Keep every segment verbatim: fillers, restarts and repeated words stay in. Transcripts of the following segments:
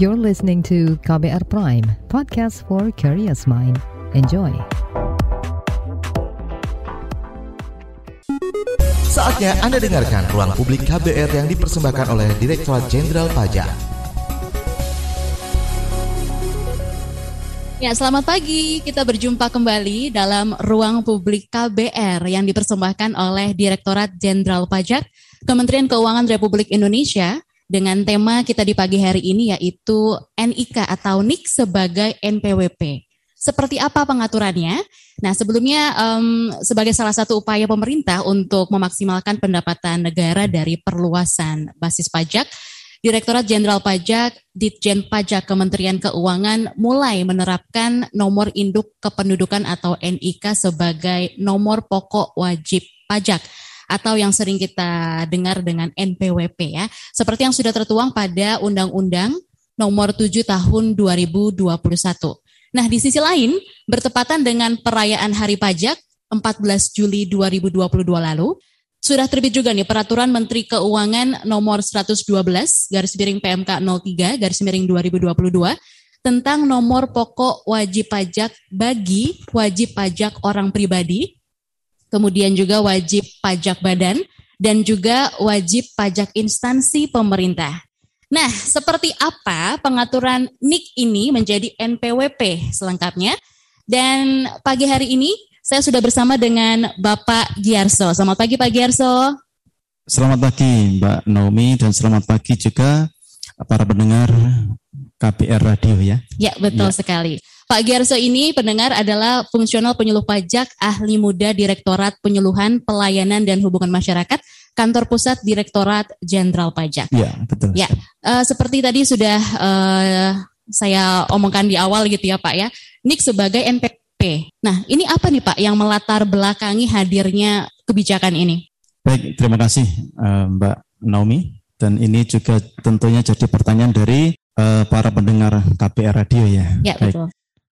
You're listening to K B R Prime, podcast for curious mind. Enjoy. Saatnya Anda dengarkan Ruang Publik K B R yang dipersembahkan oleh Direktorat Jenderal Pajak. Ya, selamat pagi. Kita berjumpa kembali dalam Ruang Publik K B R yang dipersembahkan oleh Direktorat Jenderal Pajak, Kementerian Keuangan Republik Indonesia, dengan tema kita di pagi hari ini yaitu N I K atau N I K sebagai N P W P. Seperti apa pengaturannya? Nah, sebelumnya um, sebagai salah satu upaya pemerintah untuk memaksimalkan pendapatan negara dari perluasan basis pajak, Direktorat Jenderal Pajak, Ditjen Pajak Kementerian Keuangan mulai menerapkan nomor induk kependudukan atau N I K sebagai nomor pokok wajib pajak, atau yang sering kita dengar dengan N P W P ya, seperti yang sudah tertuang pada Undang-Undang Nomor tujuh Tahun dua ribu dua puluh satu. Nah, di sisi lain, bertepatan dengan perayaan Hari Pajak empat belas Juli dua ribu dua puluh dua lalu, sudah terbit juga nih Peraturan Menteri Keuangan Nomor seratus dua belas garis miring P M K nol tiga garis miring dua ribu dua puluh dua tentang nomor pokok wajib pajak bagi wajib pajak orang pribadi, kemudian juga wajib pajak badan, dan juga wajib pajak instansi pemerintah. Nah, seperti apa pengaturan N I K ini menjadi N P W P selengkapnya? Dan pagi hari ini saya sudah bersama dengan Bapak Giarso. Selamat pagi Pak Giarso. Selamat pagi Mbak Naomi dan selamat pagi juga para pendengar K B R Radio ya. Ya, betul ya. Sekali. Pak Giarso ini pendengar adalah fungsional penyuluh pajak, ahli muda Direktorat Penyuluhan, Pelayanan dan Hubungan Masyarakat, Kantor Pusat Direktorat Jenderal Pajak. Ya, betul. Ya, uh, seperti tadi sudah uh, saya omongkan di awal gitu ya Pak ya, N I K sebagai N P W P. Nah, ini apa nih Pak yang melatar belakangi hadirnya kebijakan ini? Baik, terima kasih uh, Mbak Naomi. Dan ini juga tentunya jadi pertanyaan dari uh, para pendengar K B R Radio ya. Ya, Baik. betul.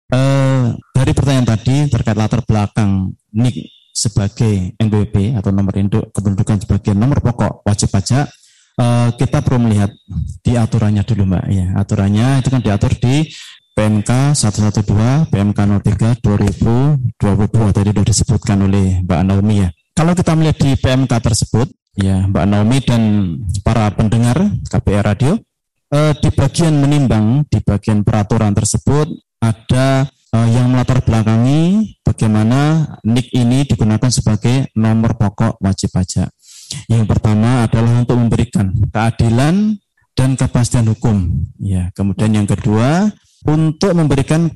Uh, dari pertanyaan tadi terkait latar belakang N I K sebagai N P W P atau nomor induk kependudukan sebagai nomor pokok wajib pajak, uh, kita perlu melihat di aturannya dulu Mbak ya. Aturannya itu kan diatur di P M K seratus dua belas, P M K nol tiga dua ribu dua puluh dua tadi sudah disebutkan oleh Mbak Naomi ya. Kalau kita melihat di P M K tersebut ya Mbak Naomi dan para pendengar K B R Radio, uh, di bagian menimbang, di bagian peraturan tersebut ada uh, yang melatar belakangi bagaimana N I K ini digunakan sebagai nomor pokok wajib pajak. Yang pertama adalah untuk memberikan keadilan dan kepastian hukum. Ya, kemudian yang kedua untuk memberikan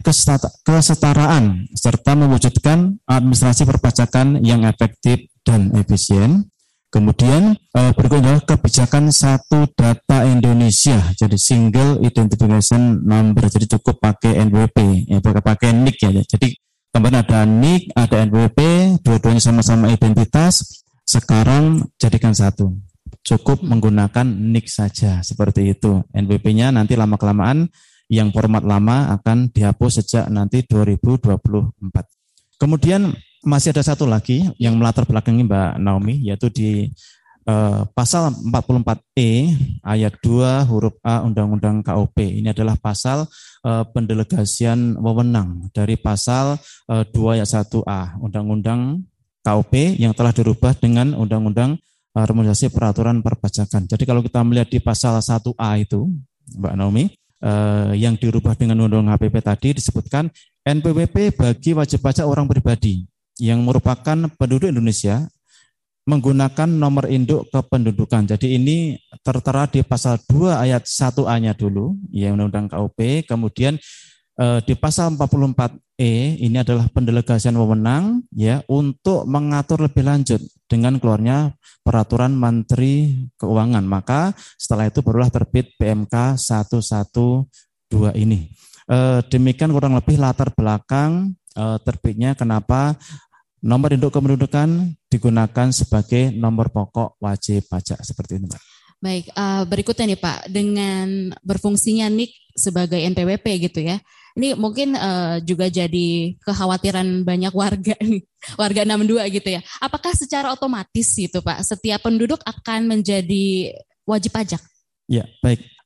kesetaraan serta mewujudkan administrasi perpajakan yang efektif dan efisien. Kemudian eh, berikutnya kebijakan satu data Indonesia, jadi single identification number, jadi cukup pakai N P W P, ya pakai N I K ya. Jadi kemarin ada N I K, ada N P W P, dua-duanya sama-sama identitas. Sekarang jadikan satu, cukup menggunakan N I K saja, seperti itu. N P W P-nya nanti lama-kelamaan yang format lama akan dihapus sejak nanti dua ribu dua puluh empat. Kemudian masih ada satu lagi yang melatar belakangi Mbak Naomi, yaitu di uh, pasal empat puluh empat E ayat dua huruf A Undang-Undang K U P. Ini adalah pasal uh, pendelegasian wewenang dari pasal uh, dua ayat satu A Undang-Undang K U P yang telah dirubah dengan Undang-Undang Harmonisasi Peraturan Perpajakan. Jadi kalau kita melihat di pasal satu A itu Mbak Naomi, uh, yang dirubah dengan Undang-Undang H P P tadi disebutkan N P W P bagi wajib pajak orang pribadi yang merupakan penduduk Indonesia menggunakan nomor induk kependudukan. Jadi ini tertera di pasal dua ayat satu A-nya dulu, ya Undang-Undang K U P. Kemudian eh, di pasal empat puluh empat E ini adalah pendelegasian wewenang ya untuk mengatur lebih lanjut dengan keluarnya peraturan Menteri Keuangan. Maka setelah itu barulah terbit P M K seratus dua belas ini. Eh, demikian kurang lebih latar belakang eh, terbitnya kenapa nomor induk kependudukan digunakan sebagai nomor pokok wajib pajak, seperti ini Pak. Baik, uh, berikutnya nih Pak, dengan berfungsinya N I K sebagai N P W P gitu ya. Ini mungkin uh, juga jadi kekhawatiran banyak warga nih, warga enam puluh dua gitu ya. Apakah secara otomatis gitu Pak, setiap penduduk akan menjadi wajib pajak? Ya, baik.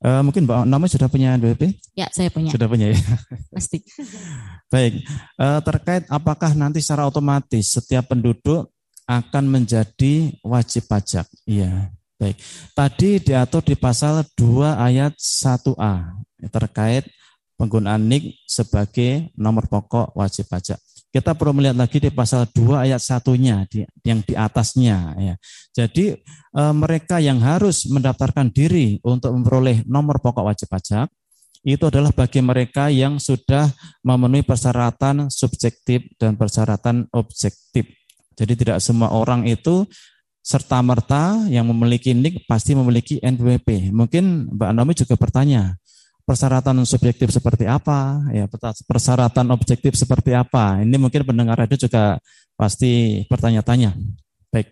Uh, mungkin Mbak Naomi sudah punya N W P? Ya, saya punya. Sudah punya ya? Pasti. Baik, uh, terkait apakah nanti secara otomatis setiap penduduk akan menjadi wajib pajak? Iya, baik. Tadi diatur di pasal dua ayat satu A terkait penggunaan N I K sebagai nomor pokok wajib pajak. Kita perlu melihat lagi di pasal dua ayat satunya di, yang di atasnya. Ya. Jadi e, mereka yang harus mendaftarkan diri untuk memperoleh nomor pokok wajib pajak itu adalah bagi mereka yang sudah memenuhi persyaratan subjektif dan persyaratan objektif. Jadi tidak semua orang itu serta-merta yang memiliki N I K pasti memiliki N W P. Mungkin Mbak Naomi juga bertanya, persyaratan subjektif seperti apa, ya persyaratan objektif seperti apa. Ini mungkin pendengar radio juga pasti bertanya-tanya. Baik,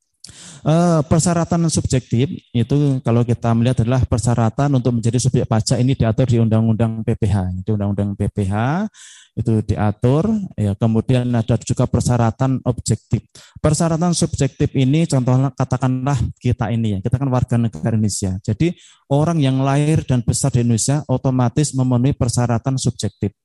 e, persyaratan subjektif itu kalau kita melihat adalah persyaratan untuk menjadi subjek pajak ini diatur di Undang-Undang P P H. Di Undang-Undang P P H itu diatur. Ya, kemudian ada juga persyaratan objektif. Persyaratan subjektif ini contohnya katakanlah kita ini ya, kita kan warga negara Indonesia. Jadi orang yang lahir dan besar di Indonesia otomatis memenuhi persyaratan subjektif.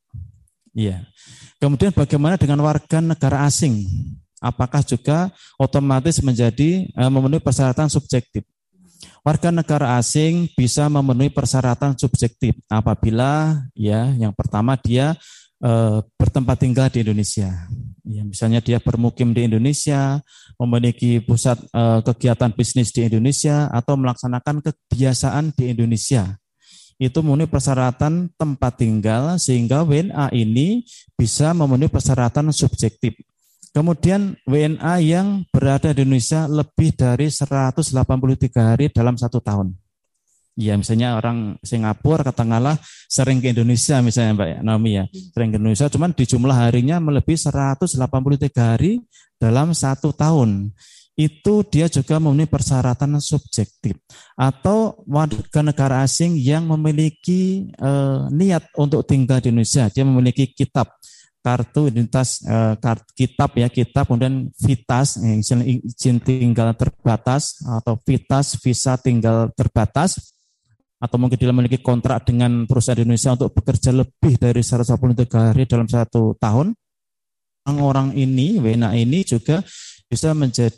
Iya. Kemudian bagaimana dengan warga negara asing? Apakah juga otomatis menjadi eh, memenuhi persyaratan subjektif? Warga negara asing bisa memenuhi persyaratan subjektif apabila ya yang pertama dia Uh, bertempat tinggal di Indonesia. Ya, misalnya dia bermukim di Indonesia, memiliki pusat uh, kegiatan bisnis di Indonesia, atau melaksanakan kebiasaan di Indonesia. Itu memenuhi persyaratan tempat tinggal, sehingga W N A ini bisa memenuhi persyaratan subjektif. Kemudian W N A yang berada di Indonesia lebih dari seratus delapan puluh tiga hari dalam satu tahun. Ya, misalnya orang Singapura katakanlah sering ke Indonesia misalnya Mbak Naomi ya, sering ke Indonesia cuman di jumlah harinya melebihi seratus delapan puluh tiga hari dalam satu tahun. Itu dia juga memenuhi persyaratan subjektif. Atau warga negara asing yang memiliki eh, niat untuk tinggal di Indonesia, dia memiliki kitab kartu identitas eh, kart, kitab ya kitab kemudian vitas izin tinggal terbatas atau vitas visa tinggal terbatas, atau mungkin dia memiliki kontrak dengan perusahaan di Indonesia untuk bekerja lebih dari seratus delapan puluh tiga hari dalam satu tahun. Orang-orang ini, W N A ini juga bisa menjadi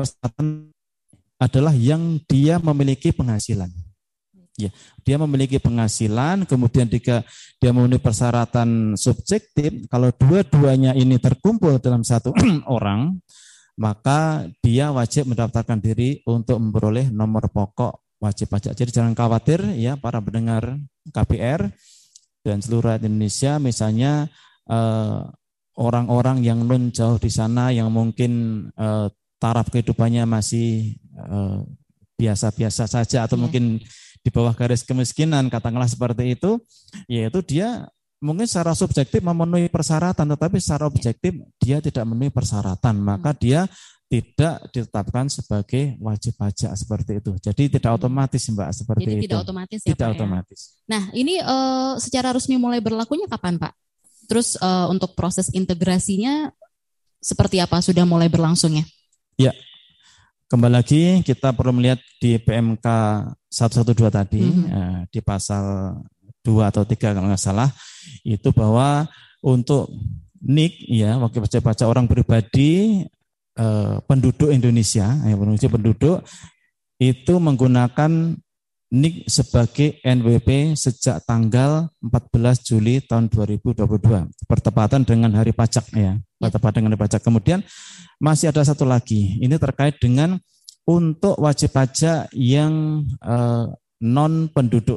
adalah yang dia memiliki penghasilan. Ya, dia memiliki penghasilan, kemudian jika dia memenuhi persyaratan subjektif, kalau dua-duanya ini terkumpul dalam satu orang, maka dia wajib mendaftarkan diri untuk memperoleh nomor pokok wajib pajak. Jadi jangan khawatir ya para pendengar K B R dan seluruh rakyat Indonesia, misalnya eh, orang-orang yang non jauh di sana yang mungkin eh, taraf kehidupannya masih eh, biasa-biasa saja atau yeah. mungkin di bawah garis kemiskinan, katakanlah seperti itu, yaitu dia mungkin secara subjektif memenuhi persyaratan, tetapi secara objektif dia tidak memenuhi persyaratan, maka dia tidak ditetapkan sebagai wajib pajak seperti itu. Jadi tidak otomatis Mbak seperti Jadi itu. Tidak otomatis ya Tidak Pak otomatis. Ya? Nah ini uh, secara resmi mulai berlakunya kapan Pak? Terus uh, untuk proses integrasinya seperti apa? Sudah mulai berlangsungnya? Ya, kembali lagi kita perlu melihat di P M K seratus dua belas tadi, mm-hmm. eh, di pasal dua atau tiga kalau nggak salah, itu bahwa untuk N I K ya wajib pajak orang pribadi eh, penduduk Indonesia, ya, penduduk penduduk itu menggunakan N I K sebagai N W P sejak tanggal empat belas Juli tahun dua ribu dua puluh dua, bertepatan dengan hari pajak ya, bertepatan dengan hari pajak. Kemudian masih ada satu lagi, ini terkait dengan untuk wajib pajak yang eh, non penduduk,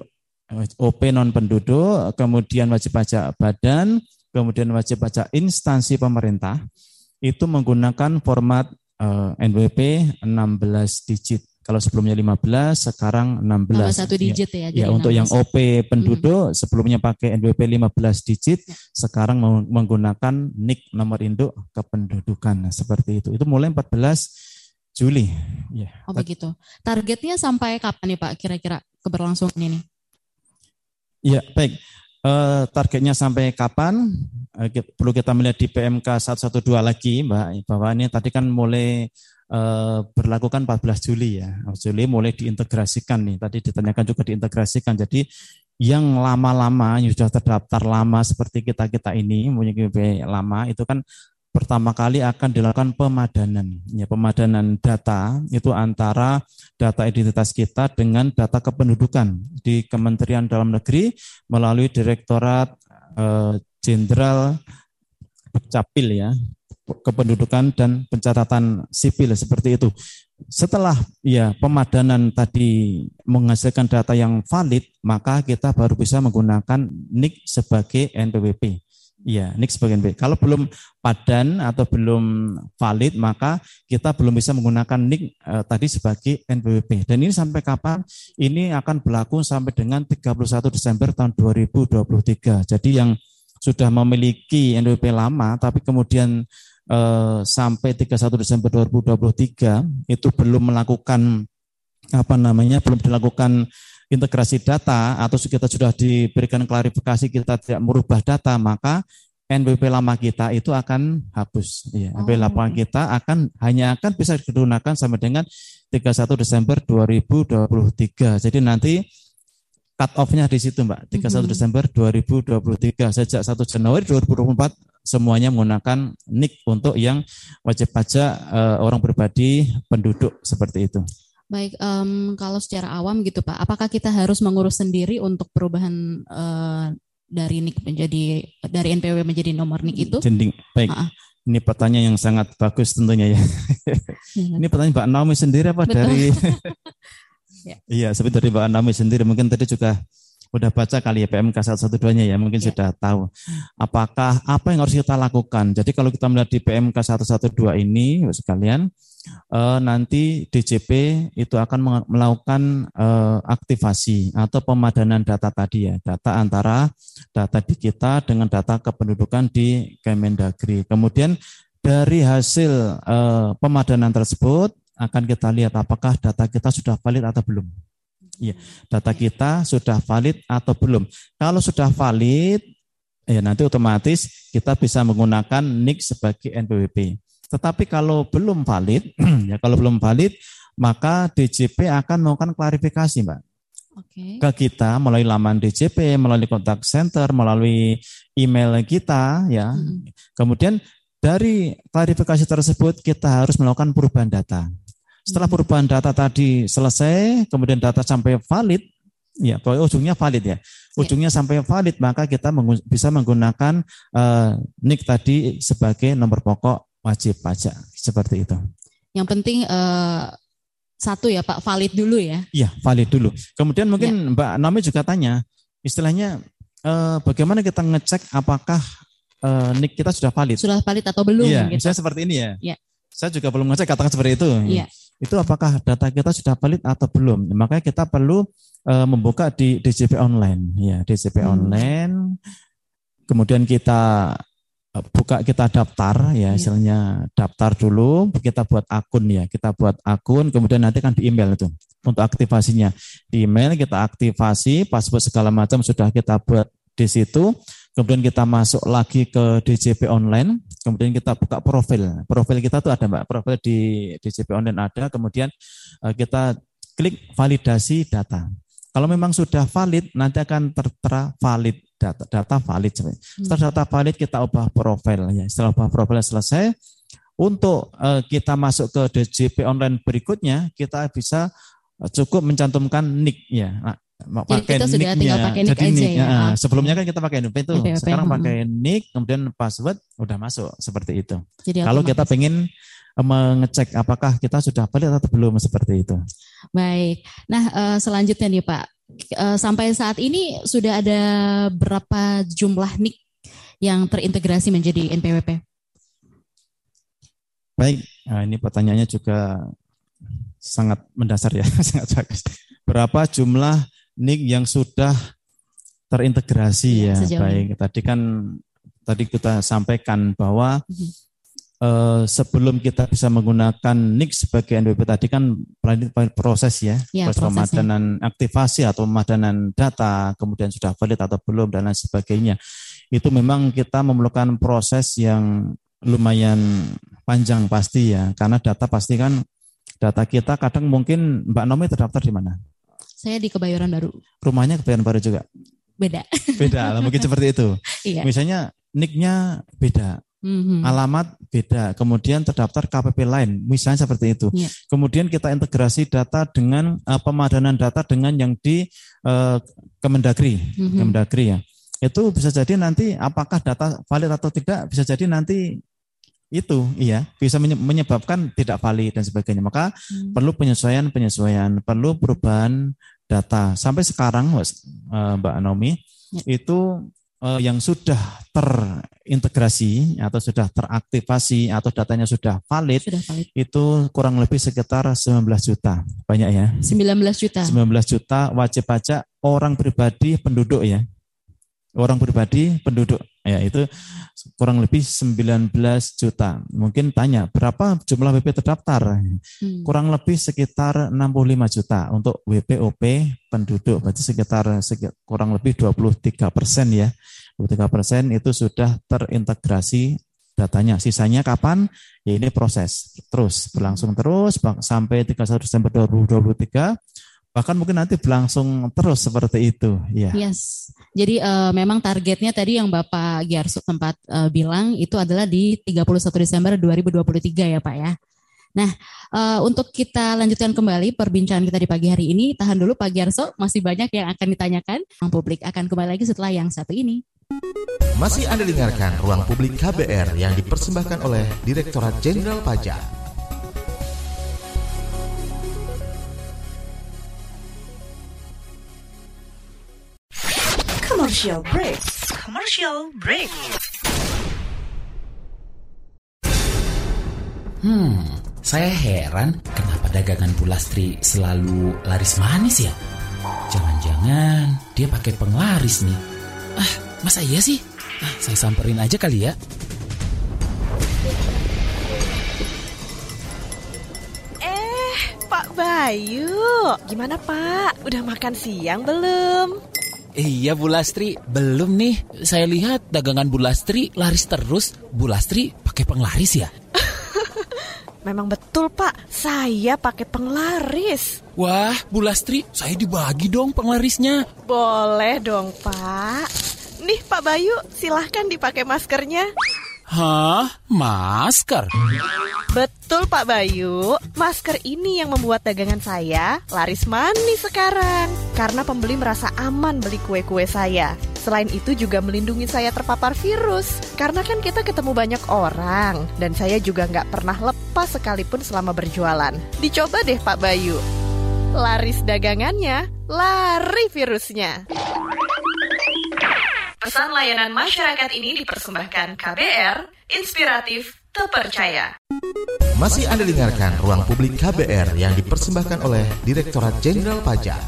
O P non penduduk, kemudian wajib pajak badan, kemudian wajib pajak instansi pemerintah, itu menggunakan format eh, N W P enam belas digit. Kalau sebelumnya lima belas, sekarang enam belas. Tambah satu digit ya. Ya, ya untuk yang O P penduduk, hmm. sebelumnya pakai N W P lima belas digit, ya. Sekarang menggunakan N I K nomor induk kependudukan. Nah, seperti itu. Itu mulai empat belas Juli. Ya. Oh begitu. Targetnya sampai kapan nih Pak kira-kira keberlangsungan ini? Ya baik. Uh, targetnya sampai kapan? eh, perlu kita melihat di P M K seratus dua belas lagi, Mbak, bahwa ini tadi kan mulai eh, berlaku kan empat belas Juli ya. Juli mulai diintegrasikan nih. Tadi ditanyakan juga diintegrasikan. Jadi yang lama-lama, yang sudah terdaftar lama seperti kita-kita ini, punya K B P lama, itu kan pertama kali akan dilakukan pemadanan. Ya, pemadanan data itu antara data identitas kita dengan data kependudukan di Kementerian Dalam Negeri melalui Direktorat eh, Jenderal Dukcapil ya, kependudukan dan pencatatan sipil seperti itu. Setelah ya pemadanan tadi menghasilkan data yang valid, maka kita baru bisa menggunakan N I K sebagai N P W P. Iya, N I K sebagai N P W P. Kalau belum padan atau belum valid, maka kita belum bisa menggunakan N I K eh, tadi sebagai N P W P. Dan ini sampai kapan? Ini akan berlaku sampai dengan tiga puluh satu Desember tahun dua ribu dua puluh tiga. Jadi yang sudah memiliki N P W P lama, tapi kemudian eh, sampai tiga puluh satu Desember dua ribu dua puluh tiga itu belum melakukan apa namanya, belum dilakukan integrasi data atau kita sudah diberikan klarifikasi kita tidak merubah data, maka N P W P lama kita itu akan hapus. Ya, oh. N P W P lama kita akan hanya akan bisa digunakan sampai dengan tiga puluh satu Desember dua ribu dua puluh tiga. Jadi nanti cut off-nya di situ, Mbak. tiga puluh satu mm-hmm. Desember dua ribu dua puluh tiga. Sejak satu Januari dua ribu dua puluh empat semuanya menggunakan N I K untuk yang wajib pajak eh, orang pribadi penduduk seperti itu. Baik, um, kalau secara awam gitu Pak, apakah kita harus mengurus sendiri untuk perubahan uh, dari N I K menjadi, dari N P W menjadi nomor N I K itu? Jending. Baik, uh-uh. Ini pertanyaan yang sangat bagus tentunya ya. Ini pertanyaan Mbak Naomi sendiri apa? Betul. Dari? Ya. Iya, seperti dari Mbak Naomi sendiri, mungkin tadi juga udah baca kali ya P M K seratus dua belas-nya ya, mungkin ya. Sudah tahu. Apakah, apa yang harus kita lakukan? Jadi kalau kita melihat di P M K seratus dua belas ini, sekalian, Uh, nanti D J P itu akan melakukan uh, aktivasi atau pemadanan data tadi ya, data antara data di kita dengan data kependudukan di Kemendagri. Kemudian dari hasil uh, pemadanan tersebut akan kita lihat apakah data kita sudah valid atau belum. Ya, data kita sudah valid atau belum. Kalau sudah valid, ya nanti otomatis kita bisa menggunakan N I K sebagai N P W P. Tetapi kalau belum valid, ya kalau belum valid, maka D J P akan melakukan klarifikasi, Mbak. Okay. Ke kita melalui laman D J P, melalui kontak center, melalui email kita, ya. Hmm. Kemudian dari klarifikasi tersebut kita harus melakukan perubahan data. Setelah hmm. perubahan data tadi selesai, kemudian data sampai valid, ya, ujungnya valid ya. Ujungnya yeah. sampai valid, maka kita menggu- bisa menggunakan uh, N I K tadi sebagai nomor pokok wajib pajak, seperti itu. Yang penting uh, satu ya Pak, valid dulu ya. Iya, valid dulu. Kemudian mungkin ya. Mbak Naomi juga tanya, istilahnya uh, bagaimana kita ngecek apakah uh, N I K kita sudah valid? Sudah valid atau belum? Iya, gitu. Misalnya seperti ini ya. Ya. Saya juga belum ngecek, katakan seperti itu. Iya. Itu apakah data kita sudah valid atau belum? Makanya kita perlu uh, membuka di D J P online. Ya, D J P hmm. online. Kemudian kita buka, kita daftar ya, istilahnya daftar dulu, kita buat akun ya, kita buat akun, kemudian nanti kan di email itu untuk aktivasinya. Di email kita aktivasi, password segala macam sudah kita buat di situ, kemudian kita masuk lagi ke D J P online, kemudian kita buka profil. Profil kita tuh ada Mbak, profil di D J P online ada, kemudian kita klik validasi data. Kalau memang sudah valid, nanti akan tertera valid. Data, data valid. Setelah data valid kita ubah profil ya. Setelah ubah profil selesai, untuk uh, kita masuk ke D J P online berikutnya, kita bisa cukup mencantumkan N I K ya. Nah, jadi kita sudah tinggal pakai N I K aja N I K, ya. Ya. Sebelumnya kan kita pakai N P W P itu. N P W P. Sekarang pakai N I K, kemudian password udah masuk seperti itu. Jadi kalau kita pengen mengecek apakah kita sudah valid atau belum seperti itu. Baik. Nah, uh, selanjutnya nih Pak. Uh, sampai saat ini sudah ada berapa jumlah N I K yang terintegrasi menjadi N P W P? Baik, nah ini pertanyaannya juga sangat mendasar ya, sangat bagus. Berapa jumlah N I K yang sudah terintegrasi ya? ya baik, tadi kan tadi kita sampaikan bahwa uh-huh. Uh, sebelum kita bisa menggunakan N I K sebagai N P W P tadi kan proses ya, ya proses pemadanan aktivasi atau pemadanan data, kemudian sudah valid atau belum dan lain sebagainya. itu memang kita memerlukan proses yang lumayan panjang pasti ya, karena data pasti kan data kita kadang mungkin Mbak Nomi terdaftar di mana? Saya di Kebayoran Baru. Rumahnya Kebayoran Baru juga? Beda. Beda, mungkin seperti itu. Iya. Misalnya nicknya beda, mm-hmm. alamat beda, kemudian terdaftar K P P lain, misalnya seperti itu. Yeah. Kemudian kita integrasi data dengan uh, pemadanan data dengan yang di uh, Kemendagri, mm-hmm. Kemendagri ya. Itu bisa jadi nanti apakah data valid atau tidak, bisa jadi nanti itu iya bisa menyebabkan tidak valid dan sebagainya. Maka hmm. perlu penyesuaian-penyesuaian, perlu perubahan data. Sampai sekarang Mbak Nomi ya. itu yang sudah terintegrasi atau sudah teraktivasi atau datanya sudah valid, sudah valid itu kurang lebih sekitar sembilan belas juta. Banyak ya? sembilan belas juta. sembilan belas juta wajib pajak orang pribadi penduduk ya. Orang pribadi penduduk ya itu kurang lebih sembilan belas juta. Mungkin tanya berapa jumlah W P terdaftar? Hmm. Kurang lebih sekitar enam puluh lima juta untuk W P O P penduduk. Berarti sekitar, sekitar kurang lebih dua puluh tiga persen ya. dua puluh tiga persen itu sudah terintegrasi datanya. Sisanya kapan? Ya ini proses terus berlangsung terus sampai tiga puluh satu Desember dua ribu dua puluh tiga. Bahkan mungkin nanti berlangsung terus seperti itu. Ya. Yes. Jadi uh, memang targetnya tadi yang Bapak Giarso sempat uh, bilang itu adalah di tiga puluh satu Desember dua ribu dua puluh tiga ya Pak ya. Nah uh, untuk kita lanjutkan kembali perbincangan kita di pagi hari ini, tahan dulu Pak Giarso, masih banyak yang akan ditanyakan. Ruang Publik akan kembali lagi setelah yang satu ini. Masih Anda dengarkan Ruang Publik K B R yang dipersembahkan oleh Direktorat Jenderal Pajak. Commercial break. Commercial break. Hmm, saya heran kenapa dagangan Bu Lastri selalu laris manis ya? Jangan-jangan dia pakai penglaris nih. Ah, masa iya sih? Ah, saya samperin aja kali ya. Eh, Pak Bayu, gimana Pak? Udah makan siang belum? Iya Bu Lastri, belum nih. Saya lihat dagangan Bu Lastri laris terus. Bu Lastri pakai penglaris ya? Memang betul Pak, saya pakai penglaris. Wah Bu Lastri, saya dibagi dong penglarisnya. Boleh dong Pak. Nih Pak Bayu, silahkan dipakai maskernya. Hah? Masker? Betul Pak Bayu, masker ini yang membuat dagangan saya laris manis sekarang. Karena pembeli merasa aman beli kue-kue saya. Selain itu juga melindungi saya terpapar virus. Karena kan kita ketemu banyak orang. Dan saya juga gak pernah lepas sekalipun selama berjualan. Dicoba deh Pak Bayu. Laris dagangannya, lari virusnya. Pesan layanan masyarakat ini dipersembahkan K B R, inspiratif, terpercaya. Masih Anda dengarkan Ruang Publik K B R yang dipersembahkan oleh Direktorat Jenderal Pajak.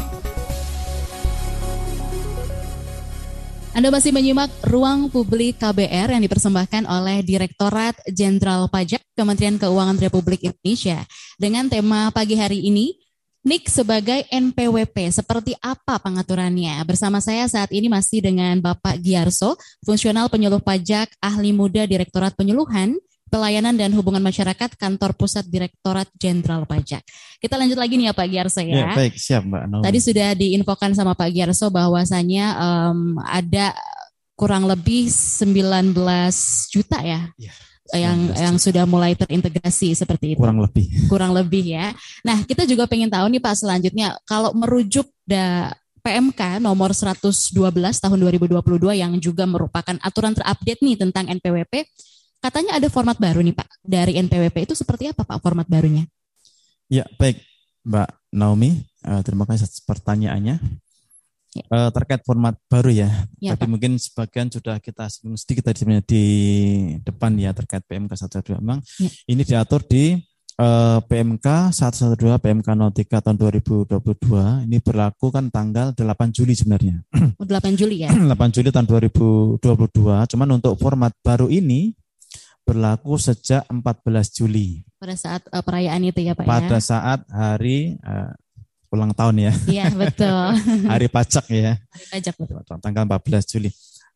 Anda masih menyimak Ruang Publik K B R yang dipersembahkan oleh Direktorat Jenderal Pajak Kementerian Keuangan Republik Indonesia dengan tema pagi hari ini, N I K sebagai N P W P, seperti apa pengaturannya? Bersama saya saat ini masih dengan Bapak Giarso, Fungsional Penyuluh Pajak, Ahli Muda Direktorat Penyuluhan, Pelayanan dan Hubungan Masyarakat, Kantor Pusat Direktorat Jenderal Pajak. Kita lanjut lagi nih ya Pak Giarso ya. Ya baik, siap Mbak Nomi. Tadi sudah diinfokan sama Pak Giarso bahwasanya um, ada kurang lebih sembilan belas juta ya. Ya. yang yang sudah mulai terintegrasi seperti itu. Kurang lebih. Kurang lebih ya. Nah, kita juga pengen tahu nih Pak selanjutnya, kalau merujuk da P M K nomor seratus dua belas tahun dua ribu dua puluh dua yang juga merupakan aturan terupdate nih tentang N P W P, katanya ada format baru nih Pak dari N P W P, itu seperti apa Pak format barunya? Ya, baik Mbak Naomi, uh, terima kasih atas pertanyaannya. Ya. Uh, terkait format baru ya, ya tadi Pak. Mungkin sebagian sudah kita sedikit tadi sebenarnya di depan ya terkait P M K seratus dua belas. Memang ya. Ini diatur di uh, P M K seratus dua belas P M K nol tiga tahun dua ribu dua puluh dua. Ini berlaku kan tanggal delapan Juli sebenarnya. Oh, delapan Juli ya? delapan Juli tahun dua ribu dua puluh dua. Cuman untuk format baru ini berlaku sejak empat belas Juli. Pada saat uh, perayaan itu ya Pak Pada ya? Pada saat hari... Uh, ulang tahun ya. Iya betul. Hari pajak ya. Hari pajak betul. Tanggal empat belas Juli.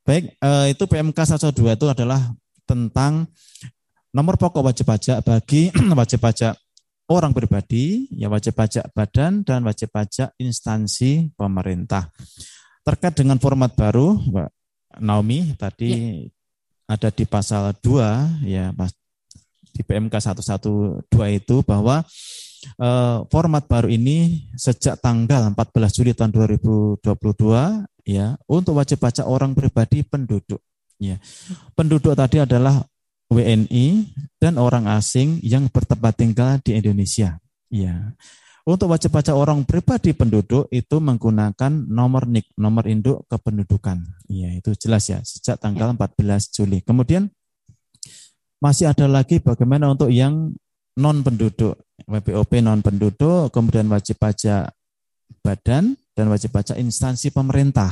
Baik, eh, itu P M K seratus dua itu adalah tentang nomor pokok wajib pajak bagi wajib pajak orang pribadi, ya wajib pajak badan dan wajib pajak instansi pemerintah. Terkait dengan format baru, Mbak Naomi tadi ya. Ada di pasal dua ya di P M K seratus dua belas itu bahwa eh, format baru ini sejak tanggal empat belas Juli tahun dua ribu dua puluh dua ya untuk wajib pajak orang pribadi penduduk ya. Penduduk tadi adalah W N I dan orang asing yang bertempat tinggal di Indonesia ya. Untuk wajib pajak orang pribadi penduduk itu menggunakan nomor N I K, nomor induk kependudukan. Ya, itu jelas ya sejak tanggal empat belas Juli. Kemudian masih ada lagi bagaimana untuk yang non penduduk, W P O P non penduduk, kemudian wajib pajak badan dan wajib pajak instansi pemerintah.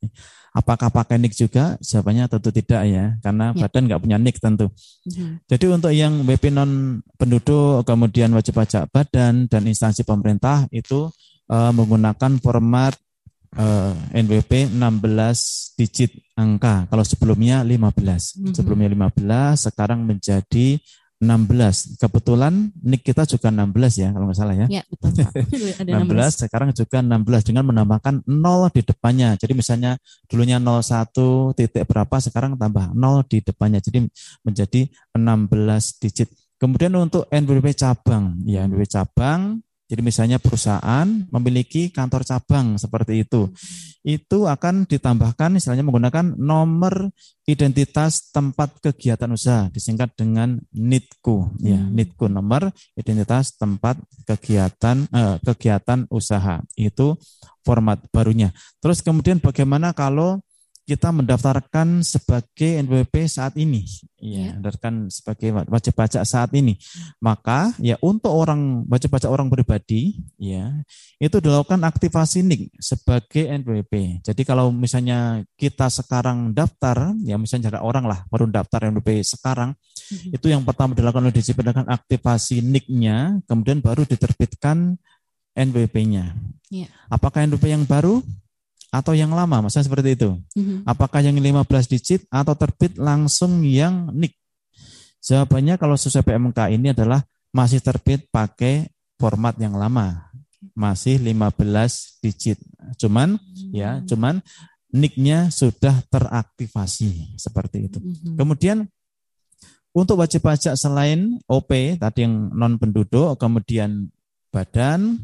Apakah pakai N I K juga? Jawabannya tentu tidak ya, karena ya. Badan nggak punya N I K tentu. Hmm. Jadi untuk yang W P non penduduk, kemudian wajib pajak badan dan instansi pemerintah itu uh, menggunakan format uh, N W P enam belas digit angka. Kalau sebelumnya lima belas, hmm. sebelumnya lima belas, sekarang menjadi enam belas. Kebetulan N I K kita juga enam belas ya, kalau nggak salah ya. Ya, betul. Ada enam belas, sekarang juga enam belas dengan menambahkan nol di depannya. Jadi misalnya dulunya nol satu titik berapa, sekarang tambah nol di depannya. Jadi menjadi enam belas digit. Kemudian untuk N W P cabang, ya N W P cabang, jadi misalnya perusahaan memiliki kantor cabang seperti itu. Itu akan ditambahkan istilahnya menggunakan nomor identitas tempat kegiatan usaha, disingkat dengan N I T K U. Ya, N I T K U nomor identitas tempat kegiatan eh, kegiatan usaha. Itu format barunya. Terus kemudian bagaimana kalau kita mendaftarkan sebagai N W P saat ini, ya, mendaftarkan sebagai wajib pajak saat ini, maka ya untuk orang wajib pajak orang pribadi, ya itu dilakukan aktivasi N I K sebagai N W P. Jadi kalau misalnya kita sekarang daftar, ya misalnya ada orang lah baru daftar N W P sekarang, mm-hmm. itu yang pertama dilakukan oleh D J P adalah aktivasi N I K-nya, kemudian baru diterbitkan N W P-nya. Yeah. Apakah N W P yang baru atau yang lama, maksudnya seperti itu. Mm-hmm. Apakah yang lima belas digit atau terbit langsung yang N I K? Jawabannya kalau sesuai P M K ini adalah masih terbit pakai format yang lama. Masih lima belas digit. Cuman mm-hmm. ya, cuman N I K-nya sudah teraktivasi seperti itu. Mm-hmm. Kemudian untuk wajib pajak selain O P tadi yang non penduduk, kemudian badan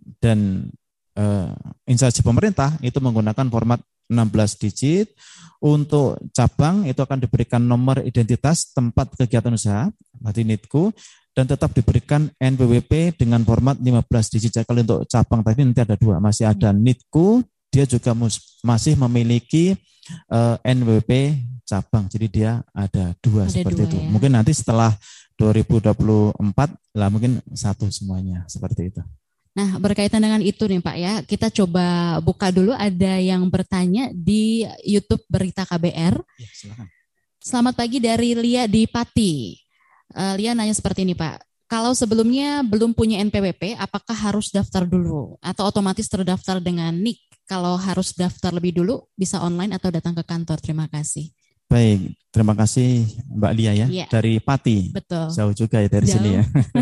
dan Uh, instansi pemerintah itu menggunakan format enam belas digit. Untuk cabang itu akan diberikan nomor identitas tempat kegiatan usaha, berarti N I T K U, dan tetap diberikan N P W P dengan format lima belas digit. Jadi kalau untuk cabang tadi nanti ada dua, masih ada N I T K U, dia juga mus- masih memiliki uh, N W P cabang. Jadi dia ada dua ada seperti dua, itu. Ya? Mungkin nanti setelah dua ribu dua puluh empat lah mungkin satu semuanya seperti itu. Nah, berkaitan dengan itu nih Pak ya, kita coba buka dulu, ada yang bertanya di YouTube Berita K B R. Ya, silakan. Selamat pagi dari Lia di Pati. Uh, Lia nanya seperti ini Pak, kalau sebelumnya belum punya N P W P, apakah harus daftar dulu atau otomatis terdaftar dengan N I K? Kalau harus daftar lebih dulu, bisa online atau datang ke kantor? Terima kasih. Baik, terima kasih Mbak Lia ya, ya. Dari Pati. Betul. Jauh juga ya dari Jauh. Sini ya.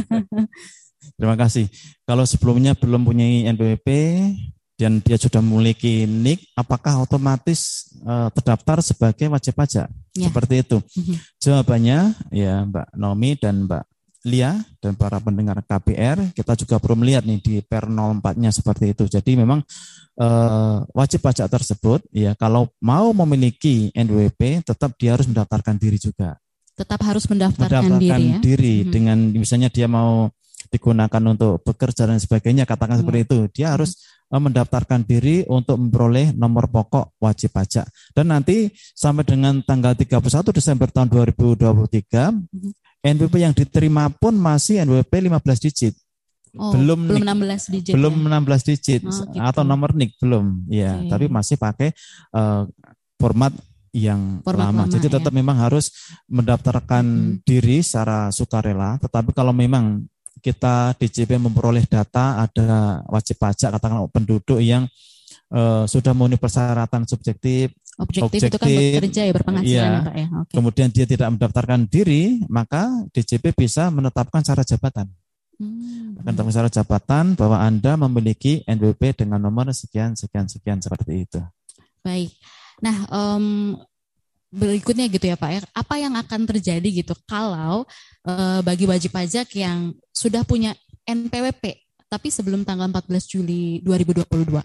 Terima kasih. Kalau sebelumnya belum punya N P W P dan dia sudah memiliki N I K, apakah otomatis uh, terdaftar sebagai wajib pajak? Ya. Seperti itu. Mm-hmm. Jawabannya ya Mbak Naomi dan Mbak Lia dan para pendengar K B R, kita juga perlu melihat nih di per nol empat-nya seperti itu. Jadi memang uh, wajib pajak tersebut ya kalau mau memiliki N W P tetap dia harus mendaftarkan diri juga. Tetap harus mendaftarkan, mendaftarkan diri ya. diri mm-hmm. dengan misalnya dia mau digunakan untuk bekerja dan sebagainya, katakan seperti itu, dia harus mendaftarkan diri untuk memperoleh nomor pokok wajib pajak. Dan nanti sampai dengan tanggal tiga puluh satu Desember tahun dua ribu dua puluh tiga, mm-hmm. N W P yang diterima pun masih N W P lima belas digit. Oh, belum belum enam belas digit. Belum ya? enam belas digit oh, gitu. Atau nomor N I K belum. Ya, okay. Tapi masih pakai uh, format yang format lama. lama. Jadi tetap ya? Memang harus mendaftarkan hmm. diri secara sukarela, tetapi kalau memang kita D J P memperoleh data ada wajib pajak katakanlah penduduk yang uh, sudah memenuhi persyaratan subjektif, Objektif, objektif itu kan bekerja ya, berpenghasilan iya, ya, Pak ya. Okay. Kemudian dia tidak mendaftarkan diri, maka D J P bisa menetapkan syarat jabatan. Hmm. Menetapkan syarat jabatan bahwa Anda memiliki N P W P dengan nomor sekian, sekian, sekian, seperti itu. Baik. Nah, um, berikutnya gitu ya Pak ya, apa yang akan terjadi gitu kalau uh, bagi wajib pajak yang sudah punya N P W P, tapi sebelum tanggal empat belas Juli dua ribu dua puluh dua?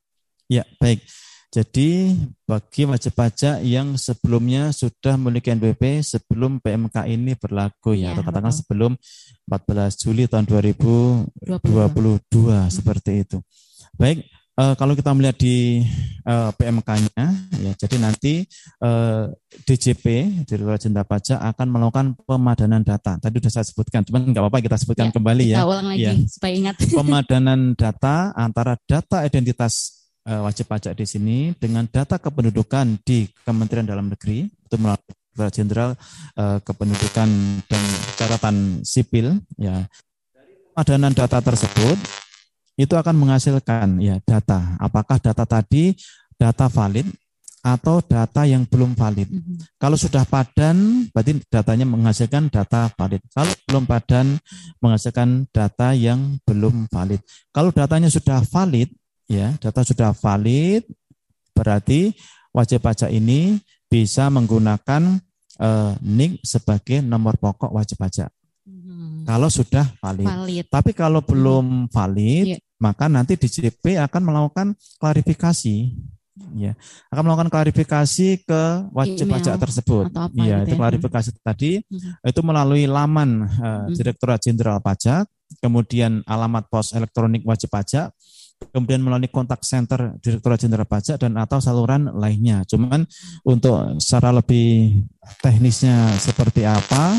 Ya, baik. Jadi bagi wajib pajak yang sebelumnya sudah memiliki N P W P sebelum P M K ini berlaku ya, ya atau katakan betul. Sebelum empat belas Juli tahun dua ribu dua puluh dua hmm. seperti itu. Baik, eh, kalau kita melihat di eh, P M K-nya ya, jadi nanti eh, D J P, Direktorat Jenderal Pajak akan melakukan pemadanan data. Tadi sudah saya sebutkan, cuman nggak apa-apa kita sebutkan ya, kembali kita ya. Ulang lagi ya. Supaya ingat. Pemadanan data antara data identitas wajib pajak di sini dengan data kependudukan di Kementerian Dalam Negeri itu melalui Direktorat Jenderal uh, Kependudukan dan Catatan Sipil ya. Dari pemadanan data tersebut itu akan menghasilkan ya data. Apakah data tadi data valid atau data yang belum valid. Mm-hmm. Kalau sudah padan berarti datanya menghasilkan data valid. Kalau belum padan menghasilkan data yang belum valid. Kalau datanya sudah valid ya, data sudah valid, berarti wajib pajak ini bisa menggunakan uh, N I K sebagai nomor pokok wajib pajak. Hmm. Kalau sudah valid. valid. Tapi kalau belum valid, yeah. maka nanti D J P akan melakukan klarifikasi. Ya, akan melakukan klarifikasi ke wajib Email pajak tersebut. Iya, gitu itu ya. Klarifikasi tadi hmm. itu melalui laman uh, hmm. Direktorat Jenderal Pajak, kemudian alamat pos elektronik wajib pajak, kemudian melalui kontak center Direktorat Jenderal Pajak dan atau saluran lainnya. Cuman untuk secara lebih teknisnya seperti apa,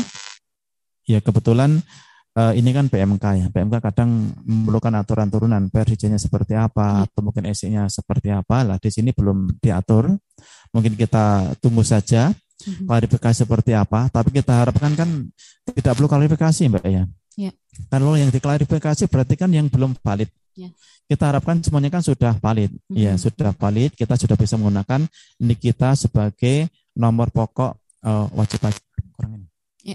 ya kebetulan uh, ini kan P M K ya. P M K kadang memerlukan aturan turunan, P R D J-nya seperti apa, atau mungkin S I-nya seperti apa. Lah di sini belum diatur. Mungkin kita tunggu saja klarifikasi seperti apa. Tapi kita harapkan kan tidak perlu klarifikasi, Mbak ya. Ya. Kalau yang diklarifikasi berarti kan yang belum valid. Ya. Kita harapkan semuanya kan sudah valid. Mm-hmm. Ya, sudah valid, kita sudah bisa menggunakan N I K kita sebagai nomor pokok uh, wajib pajak. Kurang ini. Ya.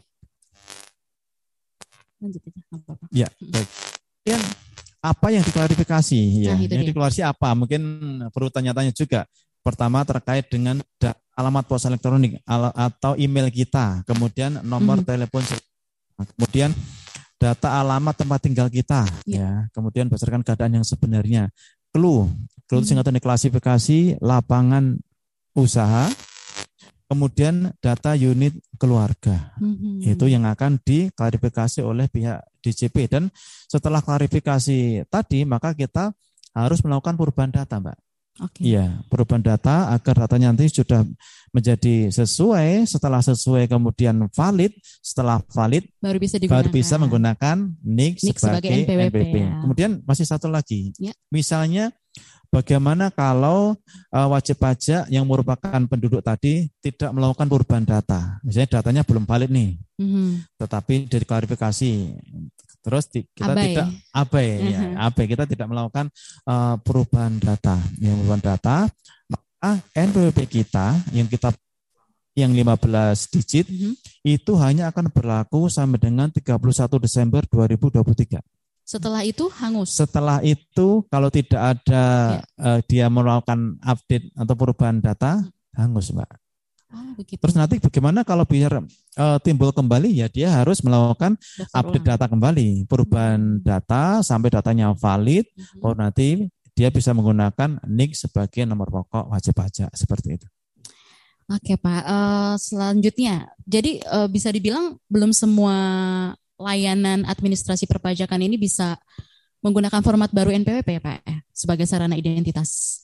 Lanjut aja, apa-apa. Ya, baik. Kemudian apa yang diklarifikasi? Ya, nah, yang diklarifikasi apa? Mungkin perlu tanya-tanya juga. Pertama terkait dengan da- alamat pos elektronik al- atau email kita, kemudian nomor mm-hmm. telepon, kemudian data alamat tempat tinggal kita, ya. ya. Kemudian berdasarkan keadaan yang sebenarnya. Clue, clue itu singkatan klasifikasi lapangan usaha, kemudian data unit keluarga. Mm-hmm. Itu yang akan diklarifikasi oleh pihak D J P. Dan setelah klarifikasi tadi, maka kita harus melakukan perubahan data, Mbak. Okay. Iya, perubahan data agar datanya nanti sudah menjadi sesuai, setelah sesuai kemudian valid, setelah valid baru bisa digunakan. Baru bisa menggunakan N I K, N I K sebagai, sebagai N P W P. N P W P. Ya. Kemudian masih satu lagi, ya. Misalnya bagaimana kalau uh, wajib pajak yang merupakan penduduk tadi tidak melakukan perubahan data, misalnya datanya belum valid nih, mm-hmm. tetapi dari klarifikasi. Terus di, kita abai. tidak abai, uh-huh. ya, abai kita tidak melakukan uh, perubahan data, yang perubahan data, maka N P W P kita yang kita yang lima belas digit uh-huh. itu hanya akan berlaku sampai dengan tiga puluh satu Desember dua ribu dua puluh tiga. Setelah itu hangus. Setelah itu kalau tidak ada ya. uh, dia melakukan update atau perubahan data, hangus, Mbak. Oh, terus nanti bagaimana kalau biar uh, timbul kembali, ya dia harus melakukan Daftar update ulang. data kembali, perubahan hmm. data sampai datanya valid, hmm. baru nanti dia bisa menggunakan N I K sebagai nomor pokok wajib pajak, seperti itu. Oke Pak, uh, selanjutnya, jadi uh, bisa dibilang belum semua layanan administrasi perpajakan ini bisa menggunakan format baru N P W P ya Pak, sebagai sarana identitas.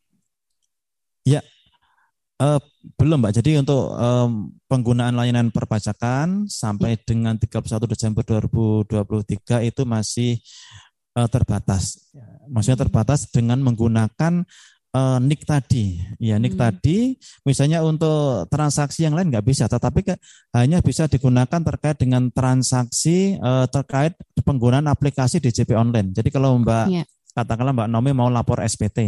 Ya. Uh, belum Mbak, jadi untuk um, penggunaan layanan perpajakan sampai ya. dengan tiga puluh satu Desember dua ribu dua puluh tiga itu masih uh, terbatas. Maksudnya terbatas dengan menggunakan uh, N I K tadi. Ya, N I K hmm. tadi misalnya untuk transaksi yang lain nggak bisa, tetapi ke, hanya bisa digunakan terkait dengan transaksi uh, terkait penggunaan aplikasi D J P online. Jadi kalau Mbak ya. katakanlah Mbak Nomi mau lapor S P T.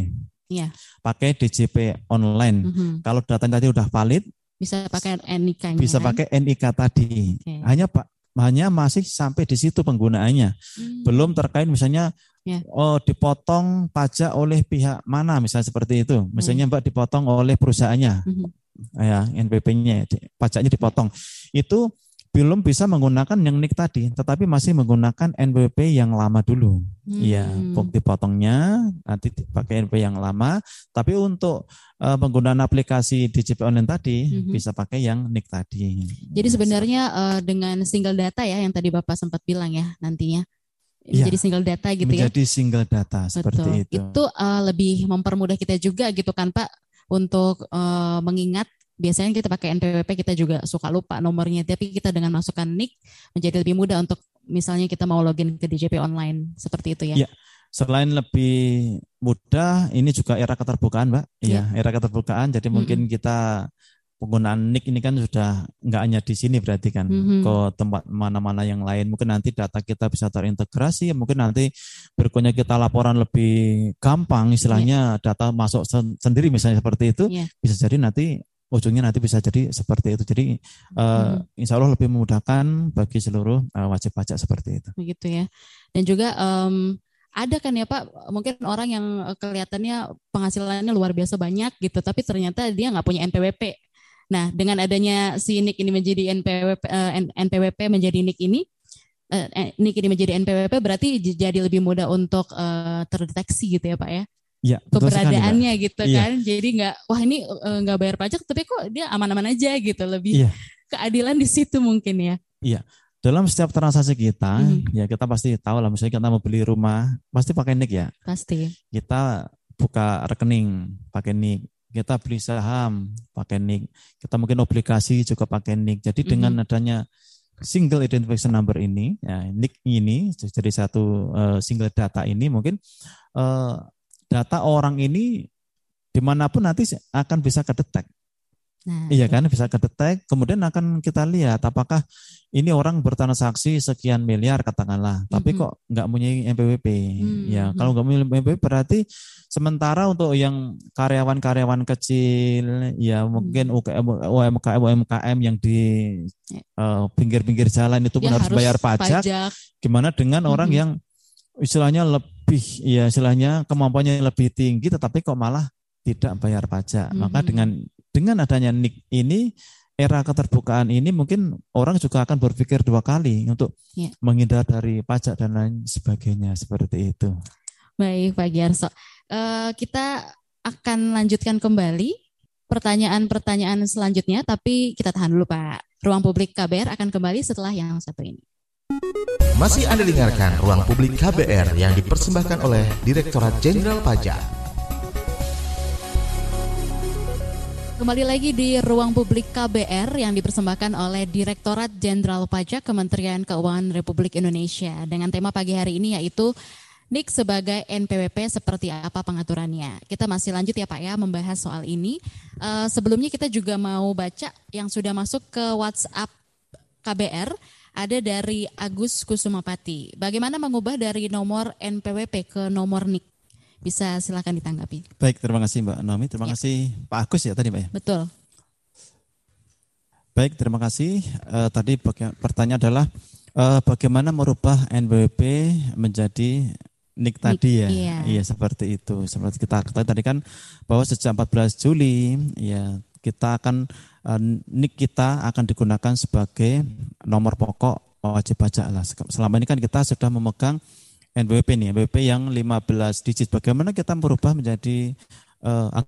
Iya. pakai D J P online. Mm-hmm. Kalau data tadi udah valid, bisa pakai N I K-nya. Bisa kan? pakai N I K tadi. Okay. Hanya Pak hanya masih sampai di situ penggunaannya. Hmm. Belum terkait misalnya yeah. oh dipotong pajak oleh pihak mana misalnya seperti itu. Misalnya Mbak dipotong oleh perusahaannya. Hmm. Ya, N P P-nya pajaknya dipotong. Itu belum bisa menggunakan yang N I K tadi, tetapi masih menggunakan N P W P yang lama dulu. Iya, hmm. bukti potongnya nanti pakai N P W P yang lama, tapi untuk uh, penggunaan aplikasi D J P online tadi hmm. bisa pakai yang N I K tadi. Jadi sebenarnya uh, dengan single data ya yang tadi Bapak sempat bilang ya nantinya. Menjadi ya, single data gitu menjadi ya. Menjadi single data Betul. Seperti itu. Itu uh, lebih mempermudah kita juga gitu kan Pak untuk uh, mengingat. Biasanya kita pakai N P W P kita juga suka lupa nomornya, tapi kita dengan masukkan N I K menjadi lebih mudah untuk misalnya kita mau login ke D J P online seperti itu ya. Iya. Selain lebih mudah, ini juga era keterbukaan, Mbak. Iya, ya. Era keterbukaan. Jadi mm-hmm. mungkin kita penggunaan N I K ini kan sudah nggak hanya di sini berarti kan, mm-hmm. ke tempat mana-mana yang lain. Mungkin nanti data kita bisa terintegrasi, mungkin nanti berikutnya kita laporan lebih gampang, istilahnya ya. Data masuk sen- sendiri misalnya seperti itu, ya. Bisa jadi nanti ujungnya nanti bisa jadi seperti itu. Jadi hmm. uh, insya Allah lebih memudahkan bagi seluruh uh, wajib pajak seperti itu. Begitu ya. Dan juga um, ada kan ya Pak, mungkin orang yang kelihatannya penghasilannya luar biasa banyak gitu, tapi ternyata dia nggak punya N P W P. Nah dengan adanya si N I K ini menjadi N P W P, uh, N P W P menjadi N I K ini, uh, N I K ini menjadi N P W P berarti jadi lebih mudah untuk uh, terdeteksi gitu ya Pak ya. Ya, keberadaannya sekali, gitu iya. kan, jadi nggak wah ini nggak uh, bayar pajak tapi kok dia aman-aman aja gitu, lebih iya. Keadilan di situ mungkin ya. Iya, dalam setiap transaksi kita hmm. ya kita pasti tahu lah, misalnya kita mau beli rumah pasti pakai N I K ya. Pasti. Kita buka rekening pakai N I K, kita beli saham pakai N I K, kita mungkin obligasi juga pakai N I K. Jadi hmm. dengan adanya single identification number ini, ya, N I K ini jadi satu uh, single data ini mungkin uh, data orang ini dimanapun nanti akan bisa kedetek. Nah, iya kan, bisa kedetek. Kemudian akan kita lihat apakah ini orang bertransaksi sekian miliar katakanlah, mm-hmm. tapi kok nggak punya N P W P. Mm-hmm. Ya, kalau nggak punya N P W P berarti sementara untuk yang karyawan-karyawan kecil, ya mungkin U M K M U M K M yang di uh, pinggir-pinggir jalan itu pun harus, harus bayar pajak. pajak. Gimana dengan mm-hmm. orang yang istilahnya lebih, ya istilahnya kemampuannya lebih tinggi, tetapi kok malah tidak bayar pajak. Mm-hmm. Maka dengan dengan adanya N I K ini, era keterbukaan ini mungkin orang juga akan berpikir dua kali untuk yeah. menghindar dari pajak dan lain sebagainya seperti itu. Baik Pak Giarso, uh, kita akan lanjutkan kembali pertanyaan-pertanyaan selanjutnya, tapi kita tahan dulu Pak. Ruang Publik K B R akan kembali setelah yang satu ini. Masih Anda dengarkan Ruang Publik K B R yang dipersembahkan oleh Direktorat Jenderal Pajak. Kembali lagi di Ruang Publik K B R yang dipersembahkan oleh Direktorat Jenderal Pajak Kementerian Keuangan Republik Indonesia. Dengan tema pagi hari ini yaitu N I K sebagai N P W P seperti apa pengaturannya. Kita masih lanjut ya Pak ya membahas soal ini. Uh, sebelumnya kita juga mau baca yang sudah masuk ke WhatsApp K B R. Ada dari Agus Kusumapati. Bagaimana mengubah dari nomor N P W P ke nomor N I K? Bisa silakan ditanggapi. Baik, terima kasih Mbak Nomi. Terima ya. kasih Pak Agus ya tadi Mbak ya? Betul. Baik, terima kasih. Uh, tadi baga- pertanyaan adalah uh, bagaimana merubah N P W P menjadi N I K tadi ya? Iya. Iya, seperti itu. Seperti kita ketahui tadi kan bahwa sejak empat belas Juli ya kita akan N I K kita akan digunakan sebagai nomor pokok wajib pajak lah. Selama ini kan kita sudah memegang N P W P nih, N P W P yang lima belas digit. Bagaimana kita merubah menjadi uh,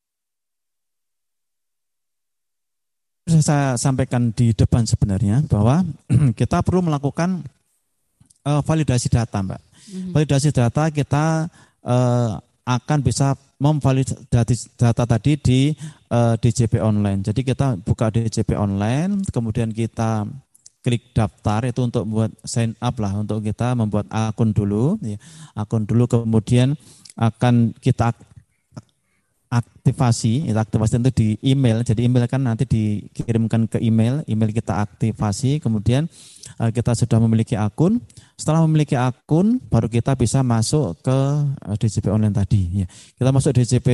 saya sampaikan di depan sebenarnya bahwa kita perlu melakukan uh, validasi data, Mbak. Mm-hmm. Validasi data kita uh, akan bisa memvalidasi data tadi di uh, D J P online. Jadi kita buka D J P online, kemudian kita klik daftar itu untuk buat sign up lah, untuk kita membuat akun dulu, ya. Akun dulu kemudian akan kita aktivasi, itu aktivasi itu di email. Jadi email kan nanti dikirimkan ke email, email kita aktivasi, kemudian uh, kita sudah memiliki akun. Setelah memiliki akun, baru kita bisa masuk ke uh, D J P online tadi. Ya. Kita masuk D J P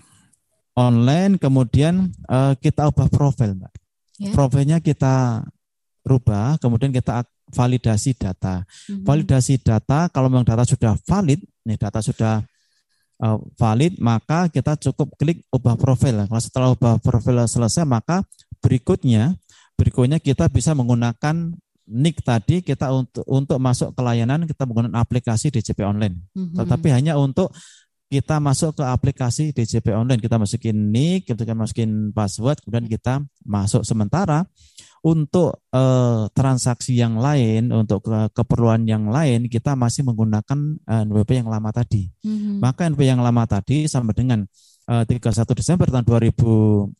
online, kemudian uh, kita ubah profil, Mbak. Ya. Profilnya kita rubah, kemudian kita validasi data. Mm-hmm. Validasi data, kalau memang data sudah valid, nih data sudah Uh, valid, maka kita cukup klik ubah profil. Kalau setelah ubah profil selesai, maka berikutnya berikutnya kita bisa menggunakan nik tadi kita untuk untuk masuk ke layanan, kita menggunakan aplikasi D J P online. Mm-hmm. Tetapi hanya untuk kita masuk ke aplikasi D J P online, kita masukin nik, kita masukin password, kemudian kita masuk. Sementara untuk eh, transaksi yang lain, untuk ke, keperluan yang lain, kita masih menggunakan eh, N W P yang lama tadi. Mm-hmm. Maka N W P yang lama tadi sampai dengan eh, tiga puluh satu Desember tahun dua ribu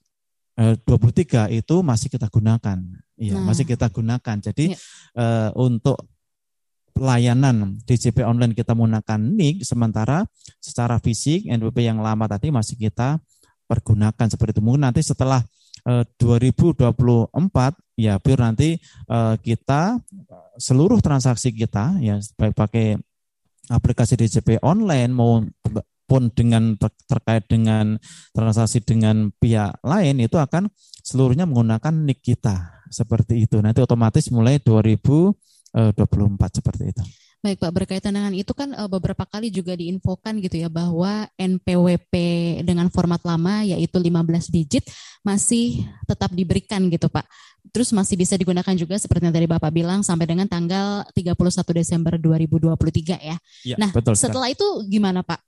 dua puluh tiga itu masih kita gunakan. Iya, nah. masih kita gunakan. Jadi ya. eh, untuk pelayanan D J P online kita menggunakan nik, sementara secara fisik N W P yang lama tadi masih kita pergunakan seperti itu. Mungkin nanti setelah eh, dua ribu dua puluh empat ya biar nanti eh, kita seluruh transaksi kita ya baik pakai aplikasi D J P online maupun dengan ter, terkait dengan transaksi dengan pihak lain itu akan seluruhnya menggunakan nik kita seperti itu. Nanti otomatis mulai dua ribu dua puluh empat seperti itu. Baik Pak, berkaitan dengan itu kan beberapa kali juga diinfokan gitu ya bahwa N P W P dengan format lama yaitu lima belas digit masih tetap diberikan gitu Pak. Terus masih bisa digunakan juga seperti yang tadi Bapak bilang sampai dengan tanggal tiga puluh satu Desember dua ribu dua puluh tiga ya. Ya nah betul, setelah itu gimana Pak?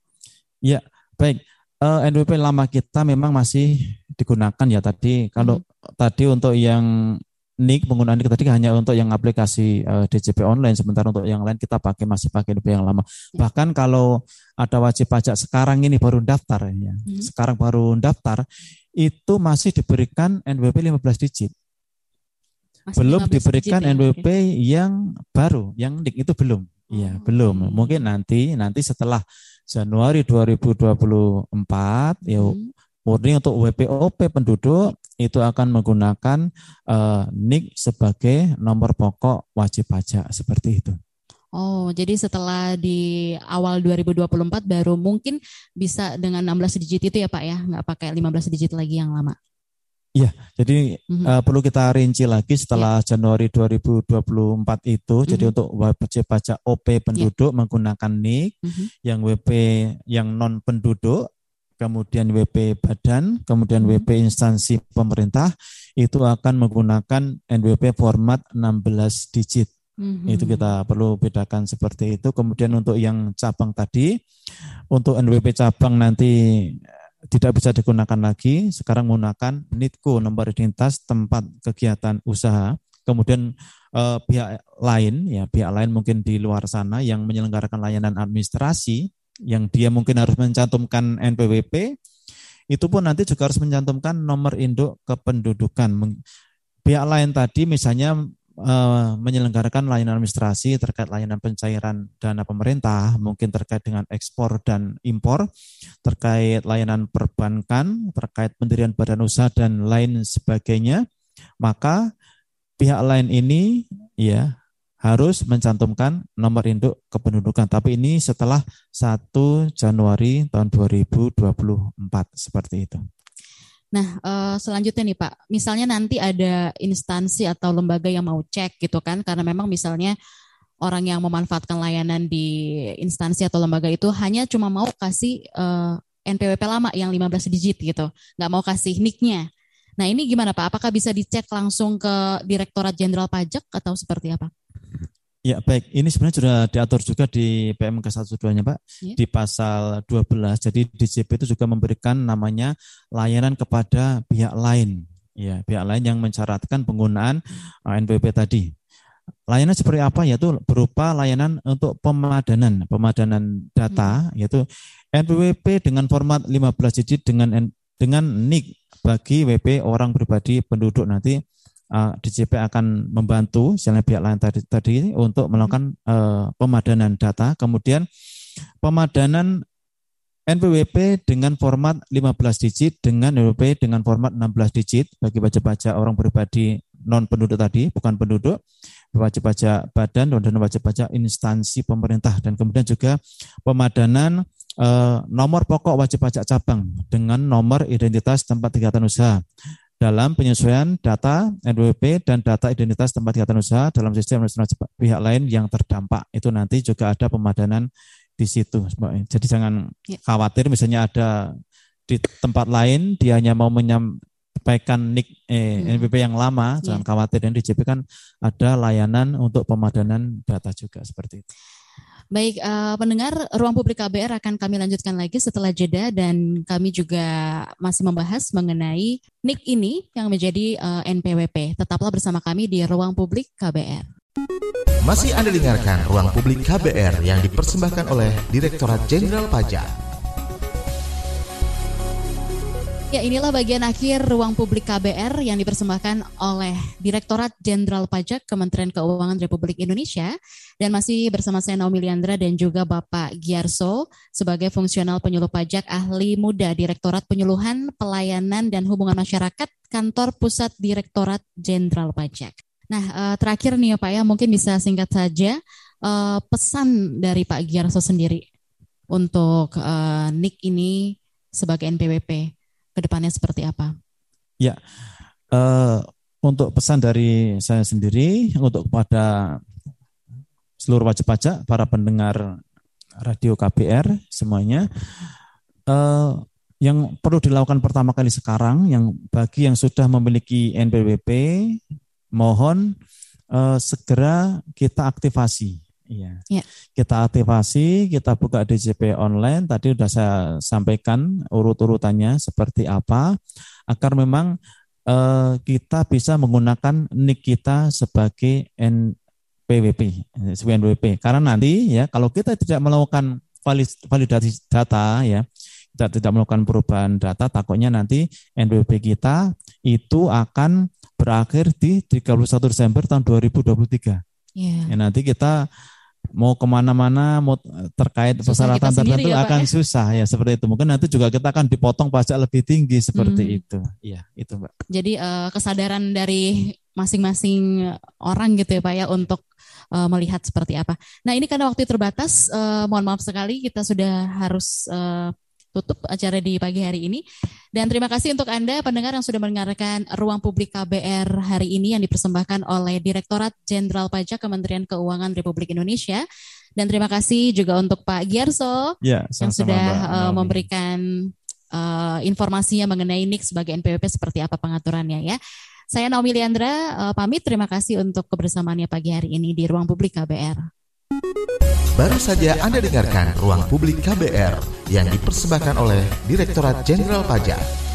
Ya baik, uh, N W P lama kita memang masih digunakan ya tadi. Kalau hmm. tadi untuk yang nik penggunaan nik tadi hanya untuk yang aplikasi uh, D J P online, sementara untuk yang lain kita pakai masih pakai N W P yang lama. Ya. Bahkan kalau ada wajib pajak sekarang ini baru daftar ya. Hmm. Sekarang baru daftar itu masih diberikan N W P lima belas digit. Masih belum diberikan digit, ya? N W P okay. yang baru, yang nik itu belum. Iya, oh, belum. Okay. Mungkin nanti nanti setelah Januari dua ribu dua puluh empat hmm. ya murni untuk W P O P penduduk itu akan menggunakan uh, nik sebagai nomor pokok wajib pajak seperti itu. Oh, jadi setelah di awal dua ribu dua puluh empat baru mungkin bisa dengan enam belas digit itu ya Pak ya, nggak pakai lima belas digit lagi yang lama. Iya, jadi mm-hmm. uh, perlu kita rinci lagi setelah yeah. Januari dua ribu dua puluh empat itu. Mm-hmm. Jadi untuk wajib pajak O P penduduk yeah. menggunakan nik, mm-hmm. yang W P yang non penduduk, kemudian W P badan, kemudian W P instansi pemerintah itu akan menggunakan N W P format enam belas digit. Mm-hmm. Itu kita perlu bedakan seperti itu. Kemudian untuk yang cabang tadi, untuk N W P cabang nanti tidak bisa digunakan lagi, sekarang menggunakan NITKO, nomor identitas tempat kegiatan usaha. Kemudian eh, pihak lain, ya pihak lain mungkin di luar sana yang menyelenggarakan layanan administrasi, yang dia mungkin harus mencantumkan N P W P, itu pun nanti juga harus mencantumkan nomor induk kependudukan. Pihak lain tadi misalnya uh, menyelenggarakan layanan administrasi terkait layanan pencairan dana pemerintah, mungkin terkait dengan ekspor dan impor, terkait layanan perbankan, terkait pendirian badan usaha dan lain sebagainya, maka pihak lain ini ya harus mencantumkan nomor induk kependudukan. Tapi ini setelah satu Januari tahun dua ribu dua puluh empat seperti itu. Nah, selanjutnya nih Pak, misalnya nanti ada instansi atau lembaga yang mau cek gitu kan, karena memang misalnya orang yang memanfaatkan layanan di instansi atau lembaga itu hanya cuma mau kasih uh, N P W P lama yang lima belas digit gitu, nggak mau kasih nik-nya. Nah ini gimana Pak, apakah bisa dicek langsung ke Direktorat Jenderal Pajak atau seperti apa? Ya baik, ini sebenarnya sudah diatur juga di P M K seratus dua nya Pak, ya. Di pasal dua belas. Jadi D J P itu juga memberikan namanya layanan kepada pihak lain, ya pihak lain yang mensyaratkan penggunaan N P W P tadi. Layanan seperti apa? Yaitu berupa layanan untuk pemadanan, pemadanan data, hmm. yaitu N P W P dengan format lima belas digit dengan dengan nik bagi W P orang pribadi penduduk nanti. Uh, D J P akan membantu misalnya pihak lain tadi, tadi untuk melakukan uh, pemadanan data, kemudian pemadanan N P W P dengan format lima belas digit dengan N P W P dengan format enam belas digit bagi wajib pajak orang pribadi non penduduk tadi, bukan penduduk, wajib pajak badan dan wajib pajak instansi pemerintah, dan kemudian juga pemadanan eh, nomor pokok wajib pajak cabang dengan nomor identitas tempat kegiatan usaha dalam penyesuaian data N P W P dan data identitas tempat kegiatan usaha dalam sistem nasional pihak lain yang terdampak. Itu nanti juga ada pemadanan di situ. Jadi jangan khawatir misalnya ada di tempat lain dia hanya mau menyampaikan nik eh, N P W P yang lama, jangan khawatir. Dan di J P kan ada layanan untuk pemadanan data juga seperti itu. Baik, uh, pendengar, Ruang Publik K B R akan kami lanjutkan lagi setelah jeda, dan kami juga masih membahas mengenai nik ini yang menjadi uh, N P W P. Tetaplah bersama kami di Ruang Publik K B R. Masih Anda dengarkan Ruang Publik K B R yang dipersembahkan oleh Direktorat Jenderal Pajak. Ya, inilah bagian akhir Ruang Publik K B R yang dipersembahkan oleh Direktorat Jenderal Pajak Kementerian Keuangan Republik Indonesia, dan masih bersama saya Naomi Liandra dan juga Bapak Giarso sebagai fungsional penyuluh pajak ahli muda Direktorat Penyuluhan, Pelayanan dan Hubungan Masyarakat Kantor Pusat Direktorat Jenderal Pajak. Nah, terakhir nih ya Pak ya, mungkin bisa singkat saja pesan dari Pak Giarso sendiri untuk nik ini sebagai N P W P. Kedepannya seperti apa? Ya, uh, untuk pesan dari saya sendiri untuk kepada seluruh wajib pajak, para pendengar radio K B R semuanya, uh, yang perlu dilakukan pertama kali sekarang, yang bagi yang sudah memiliki N P W P, mohon uh, segera kita aktifasi. Iya. Ya. Kita aktifasi, kita buka D J P online. Tadi sudah saya sampaikan urut-urutannya seperti apa, agar memang eh, kita bisa menggunakan nik kita sebagai N P W P, sebagai N P W P. Karena nanti ya kalau kita tidak melakukan validasi data ya, kita tidak melakukan perubahan data, takutnya nanti N P W P kita itu akan berakhir di tiga puluh satu Desember tahun dua ribu dua puluh tiga. Yeah. Ya, nanti kita mau kemana-mana, mau terkait persyaratan tertentu ya, akan ya? susah ya seperti itu. Mungkin nanti juga kita akan dipotong pajak lebih tinggi seperti hmm. itu. Iya, itu Mbak. Jadi uh, kesadaran dari masing-masing orang gitu ya Pak ya untuk uh, melihat seperti apa. Nah ini karena waktu terbatas, uh, mohon maaf sekali kita sudah harus uh, tutup acara di pagi hari ini. Dan terima kasih untuk Anda pendengar yang sudah mendengarkan Ruang Publik K B R hari ini yang dipersembahkan oleh Direktorat Jenderal Pajak Kementerian Keuangan Republik Indonesia. Dan terima kasih juga untuk Pak Giarso ya, yang sudah uh, memberikan uh, informasinya mengenai nik sebagai N P W P seperti apa pengaturannya ya. Saya Naomi Liandra uh, pamit, terima kasih untuk kebersamaannya pagi hari ini di Ruang Publik K B R. Baru saja Anda dengarkan Ruang Publik K B R yang dipersembahkan oleh Direktorat Jenderal Pajak.